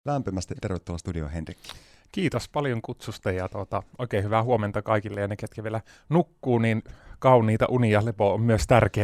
Lämpimästi tervetuloa studioon, Henrikki. Kiitos paljon kutsusta ja oikein hyvää huomenta kaikille ja ne, ketkä vielä nukkuu, niin kauniita unia ja lepo on myös tärkeää.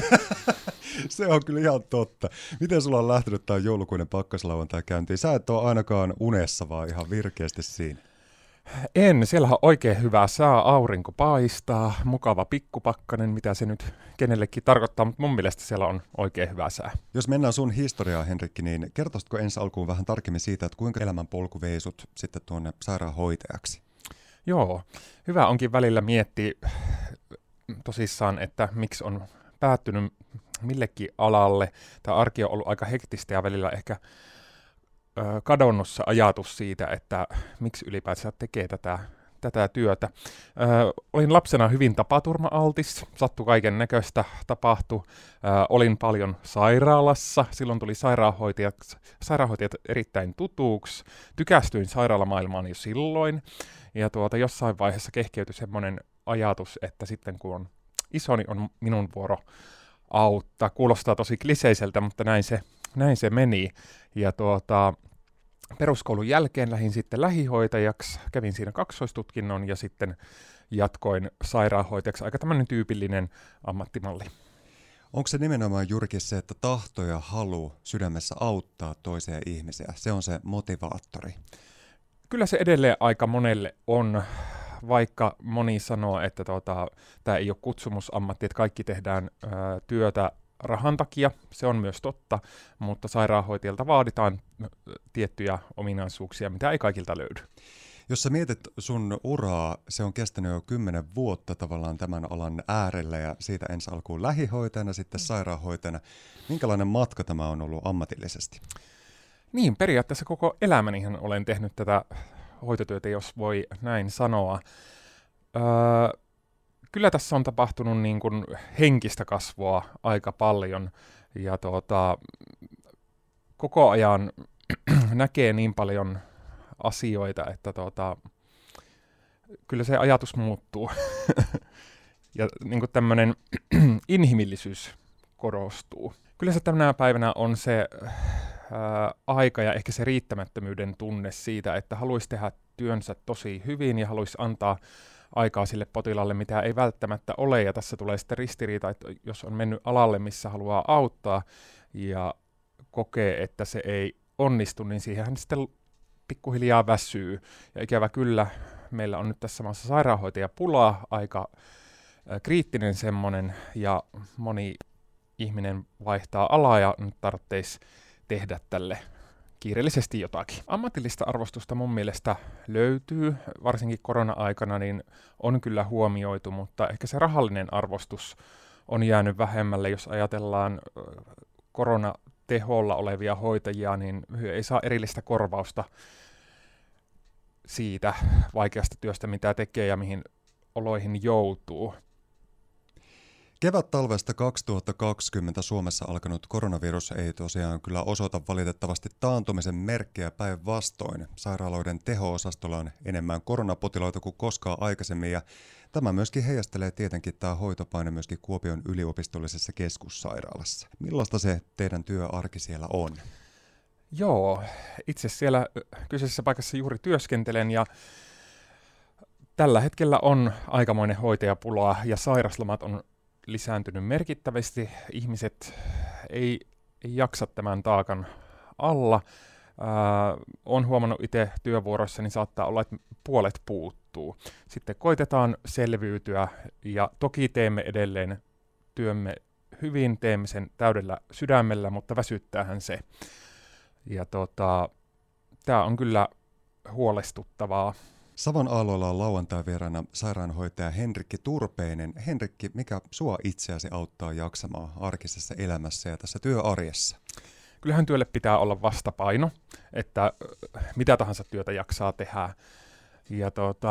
Se on kyllä ihan totta. Miten sulla on lähtenyt tämä joulukuinen pakkaslauantai käyntiin? Sä et ole ainakaan unessa, vaan ihan virkeästi siinä. Siellä on oikein hyvä sää, aurinko paistaa, mukava pikkupakkanen, mitä se nyt kenellekin tarkoittaa, mutta mun mielestä siellä on oikein hyvä sää. Jos mennään sun historiaan, Henrikki, niin kertoisitko ensi alkuun vähän tarkemmin siitä, että kuinka elämänpolku vei sut sitten tuonne sairaanhoitajaksi? Joo, hyvä onkin välillä miettiä tosissaan, että miksi on päättynyt millekin alalle. Tämä arki on ollut aika hektistä ja välillä ehkä kadonnut se ajatus siitä, että miksi ylipäätään tekee tätä työtä. Olin lapsena hyvin tapaturma-altis, sattui kaiken näköistä, tapahtui. Olin paljon sairaalassa, silloin tuli sairaanhoitajat erittäin tutuksi. Tykästyin sairaalamaailmaan jo silloin, ja jossain vaiheessa kehkeytyi semmoinen ajatus, että sitten kun on iso, niin on minun vuoro auttaa. Kuulostaa tosi kliseiseltä, mutta näin se meni. Ja peruskoulun jälkeen lähdin sitten lähihoitajaksi, kävin siinä kaksoistutkinnon ja sitten jatkoin sairaanhoitajaksi. Aika tämmöinen tyypillinen ammattimalli. Onko se nimenomaan juurikin se, että tahto ja halu sydämessä auttaa toisia ihmisiä? Se on se motivaattori. Kyllä se edelleen aika monelle on, vaikka moni sanoo, että tämä ei ole kutsumusammatti, että kaikki tehdään työtä rahan takia, se on myös totta, mutta sairaanhoitajalta vaaditaan tiettyjä ominaisuuksia, mitä ei kaikilta löydy. Jos sä mietit sun uraa, se on kestänyt jo 10 vuotta tavallaan tämän alan äärellä ja siitä ensi alkuun lähihoitajana, sitten sairaanhoitajana. Minkälainen matka tämä on ollut ammatillisesti? Niin, periaatteessa koko elämänihän olen tehnyt tätä hoitotyötä, jos voi näin sanoa. Kyllä tässä on tapahtunut niin kuin henkistä kasvua aika paljon ja koko ajan näkee niin paljon asioita, että kyllä se ajatus muuttuu ja niin kuin tämmöinen inhimillisyys korostuu. Kyllä se tänä päivänä on se aika ja ehkä se riittämättömyyden tunne siitä, että haluaisi tehdä työnsä tosi hyvin ja haluaisi antaa aikaa sille potilaalle, mitä ei välttämättä ole, ja tässä tulee sitten ristiriita, että jos on mennyt alalle, missä haluaa auttaa, ja kokee, että se ei onnistu, niin siihenhän sitten pikkuhiljaa väsyy, ja ikävä kyllä, meillä on nyt tässä maassa sairaanhoitajapula, aika kriittinen semmoinen, ja moni ihminen vaihtaa alaa, ja nyt tarvitsisi tehdä tälle kiireellisesti jotakin. Ammatillista arvostusta mun mielestä löytyy, varsinkin korona-aikana, niin on kyllä huomioitu, mutta ehkä se rahallinen arvostus on jäänyt vähemmälle, jos ajatellaan koronateholla olevia hoitajia, niin he ei saa erillistä korvausta siitä vaikeasta työstä, mitä tekee ja mihin oloihin joutuu. Kevät-talvesta 2020 Suomessa alkanut koronavirus ei tosiaan kyllä osoita valitettavasti taantumisen merkkejä, päinvastoin. Sairaaloiden teho-osastolla on enemmän koronapotilaita kuin koskaan aikaisemmin ja tämä myöskin heijastelee tietenkin tämä hoitopaine myöskin Kuopion yliopistollisessa keskussairaalassa. Millaista se teidän työarki siellä on? Joo, itse siellä kyseisessä paikassa juuri työskentelen ja tällä hetkellä on aikamoinen hoitajapula ja sairaslomat on lisääntynyt merkittävästi. Ihmiset ei jaksa tämän taakan alla. Olen huomannut itse työvuoroissa, niin saattaa olla, että puolet puuttuu. Sitten koitetaan selviytyä ja toki teemme edelleen työmme hyvin, teemme sen täydellä sydämellä, mutta väsyttäähän se. Ja tämä on kyllä huolestuttavaa. Savon aalloilla on lauantai-vieraana sairaanhoitaja Henrikki Turpeinen. Henrikki, mikä sua itseäsi auttaa jaksamaan arkisessa elämässä ja tässä työarjessa? Kyllähän työlle pitää olla vastapaino, että mitä tahansa työtä jaksaa tehdä. Ja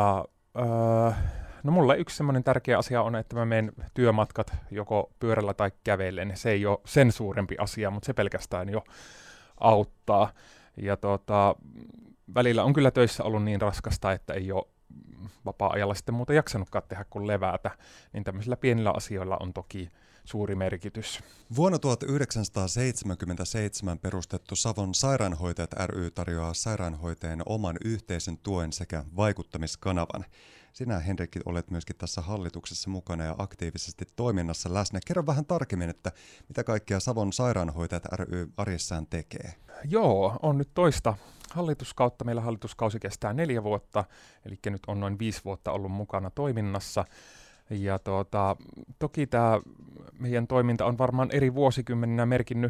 no mulle yksi semmoinen tärkeä asia on, että mä menen työmatkat joko pyörällä tai kävellen. Se ei ole sen suurempi asia, mutta se pelkästään jo auttaa. Ja välillä on kyllä töissä ollut niin raskasta, että ei ole vapaa-ajalla sitten muuta jaksanutkaan tehdä kuin levätä, niin tämmöisillä pienillä asioilla on suuri merkitys. Vuonna 1977 perustettu Savon Sairaanhoitajat ry tarjoaa sairaanhoitajien oman yhteisen tuen sekä vaikuttamiskanavan. Sinä, Henrikki, olet myöskin tässä hallituksessa mukana ja aktiivisesti toiminnassa läsnä. Kerro vähän tarkemmin, että mitä kaikkea Savon Sairaanhoitajat ry arjessaan tekee. Joo, on nyt toista hallituskautta. Meillä hallituskausi kestää 4 vuotta, eli nyt on noin 5 vuotta ollut mukana toiminnassa. Ja toki tämä meidän toiminta on varmaan eri vuosikymmeninä merkinnyt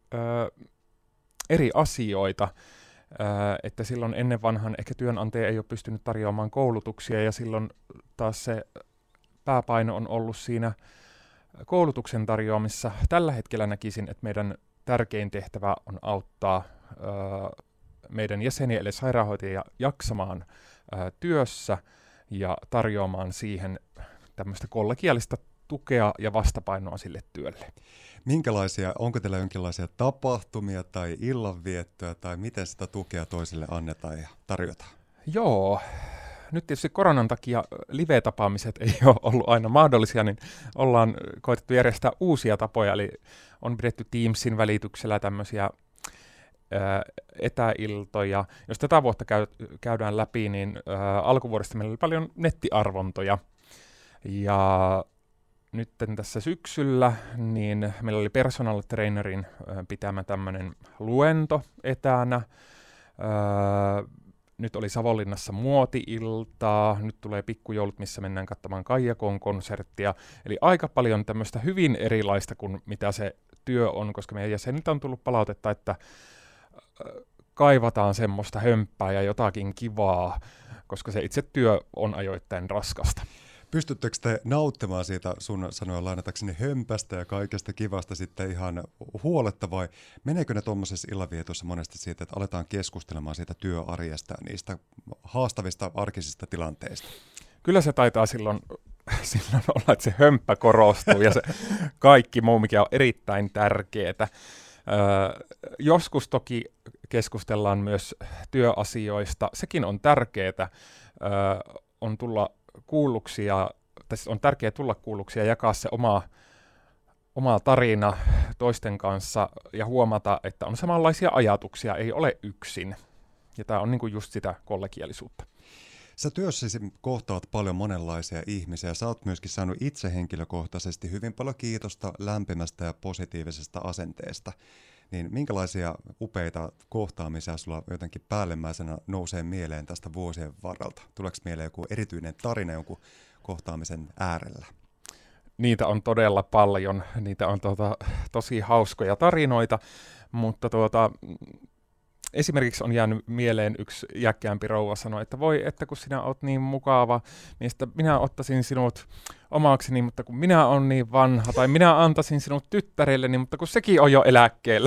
eri asioita, että silloin ennen vanhan ehkä työnantaja ei ole pystynyt tarjoamaan koulutuksia, ja silloin taas se pääpaino on ollut siinä koulutuksen tarjoamissa. Tällä hetkellä näkisin, että meidän tärkein tehtävä on auttaa meidän jäseniä eli sairaanhoitajia jaksamaan työssä ja tarjoamaan siihen tämmöistä kollegiaalista tukea ja vastapainoa sille työlle. Onko teillä jonkinlaisia tapahtumia tai illanviettoja tai miten sitä tukea toisille annetaan ja tarjotaan? Joo, nyt tietysti koronan takia live-tapaamiset ei ole ollut aina mahdollisia, niin ollaan koetettu järjestää uusia tapoja, eli on pidetty Teamsin välityksellä tämmöisiä etäiltoja. Jos tätä vuotta käydään läpi, niin alkuvuodesta meillä oli paljon nettiarvontoja. Ja nyt tässä syksyllä niin meillä oli personal trainerin pitämä tämmöinen luento etänä. Nyt oli Savonlinnassa muoti-iltaa, nyt tulee pikkujoulut, missä mennään katsomaan Kaijakon konserttia. Eli aika paljon tämmöistä hyvin erilaista kuin mitä se työ on, koska meidän jäseniltä on tullut palautetta, että kaivataan semmoista hömppää ja jotakin kivaa, koska se itse työ on ajoittain raskasta. Pystyttekö te nauttimaan siitä sun sanoa lainatakseni hömpästä ja kaikesta kivasta sitten ihan huoletta, vai meneekö ne tuommoisessa illanvietossa monesti siitä, että aletaan keskustelemaan siitä työarjesta ja niistä haastavista arkisista tilanteista? Kyllä se taitaa silloin olla, että se hömppä korostuu ja se kaikki muu, mikä on erittäin tärkeää. Joskus toki keskustellaan myös työasioista, sekin on tärkeää, on tulla kuulluksi on tärkeää tulla kuulluksi ja jakaa se oma tarina toisten kanssa ja huomata, että on samanlaisia ajatuksia, ei ole yksin. Ja tämä on niinku just sitä kollegiaalisuutta. Sä työssäsi kohtaat paljon monenlaisia ihmisiä. Sä oot myöskin saanut itse henkilökohtaisesti hyvin paljon kiitosta lämpimästä ja positiivisesta asenteesta. Niin minkälaisia upeita kohtaamisia sulla jotenkin päällimmäisenä nousee mieleen tästä vuosien varrelta? Tuleeko mieleen joku erityinen tarina jonkun kohtaamisen äärellä? Niitä on todella paljon. Niitä on tosi hauskoja tarinoita, mutta esimerkiksi on jäänyt mieleen yksi iäkkäämpi rouva sanoi, että voi, että kun sinä oot niin mukava, niin sitten minä ottaisin sinut omakseni, mutta kun minä olen niin vanha, tai minä antaisin sinut tyttärelleni, mutta kun sekin on jo eläkkeellä.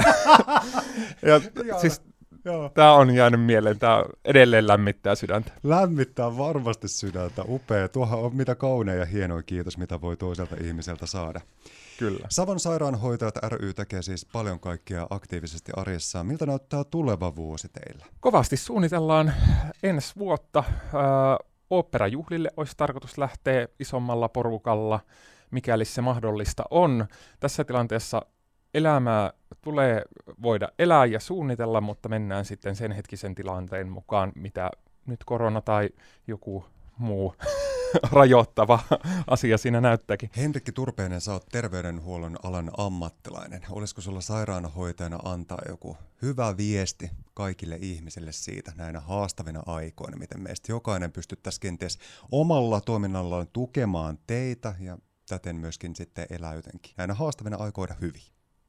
Siis tämä on jäänyt mieleen, tämä edelleen lämmittää sydäntä. Lämmittää varmasti sydäntä, upea. Tuohan on mitä kaunein ja hienoin kiitos, mitä voi toiselta ihmiseltä saada. Kyllä. Savon Sairaanhoitajat ry tekee siis paljon kaikkia aktiivisesti arjessaan. Miltä näyttää tuleva vuosi teillä? Kovasti suunnitellaan ensi vuotta. Oopperajuhlille olisi tarkoitus lähteä isommalla porukalla, mikäli se mahdollista on. Tässä tilanteessa elämää tulee voida elää ja suunnitella, mutta mennään sitten sen hetkisen tilanteen mukaan, mitä nyt korona tai joku muu rajoittava asia siinä näyttääkin. Henrikki Turpeinen, sä oot terveydenhuollon alan ammattilainen. Olisiko sulla sairaanhoitajana antaa joku hyvä viesti kaikille ihmisille siitä näinä haastavina aikoina, miten meistä jokainen pystyttäisiin kenties omalla toiminnallaan tukemaan teitä ja täten myöskin sitten elää jotenkin näinä haastavina aikoina hyvin?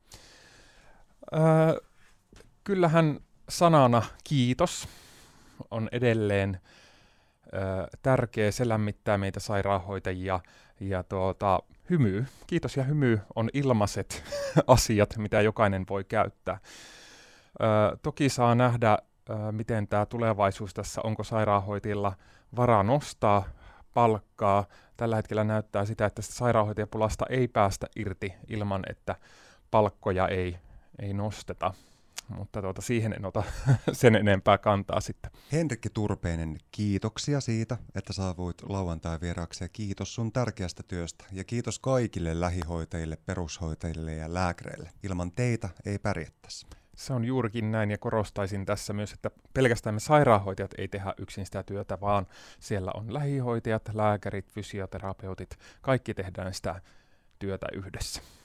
Kyllähän sanana kiitos on edelleen tärkeä, se lämmittää meitä sairaanhoitajia ja hymy, kiitos ja hymy on ilmaiset asiat, mitä jokainen voi käyttää. Toki saa nähdä, miten tämä tulevaisuus tässä, onko sairaanhoitajilla varaa nostaa palkkaa. Tällä hetkellä näyttää sitä, että sairaanhoitajapulasta ei päästä irti ilman, että palkkoja ei nosteta. mutta siihen en ota sen enempää kantaa sitten. Henrikki Turpeinen, kiitoksia siitä, että saavuit lauantai vieraaksi ja kiitos sun tärkeästä työstä. Ja kiitos kaikille lähihoitajille, perushoitajille ja lääkäreille. Ilman teitä ei pärjättäisi. Se on juurikin näin, ja korostaisin tässä myös, että pelkästään me sairaanhoitajat ei tehdä yksin sitä työtä, vaan siellä on lähihoitajat, lääkärit, fysioterapeutit, kaikki tehdään sitä työtä yhdessä.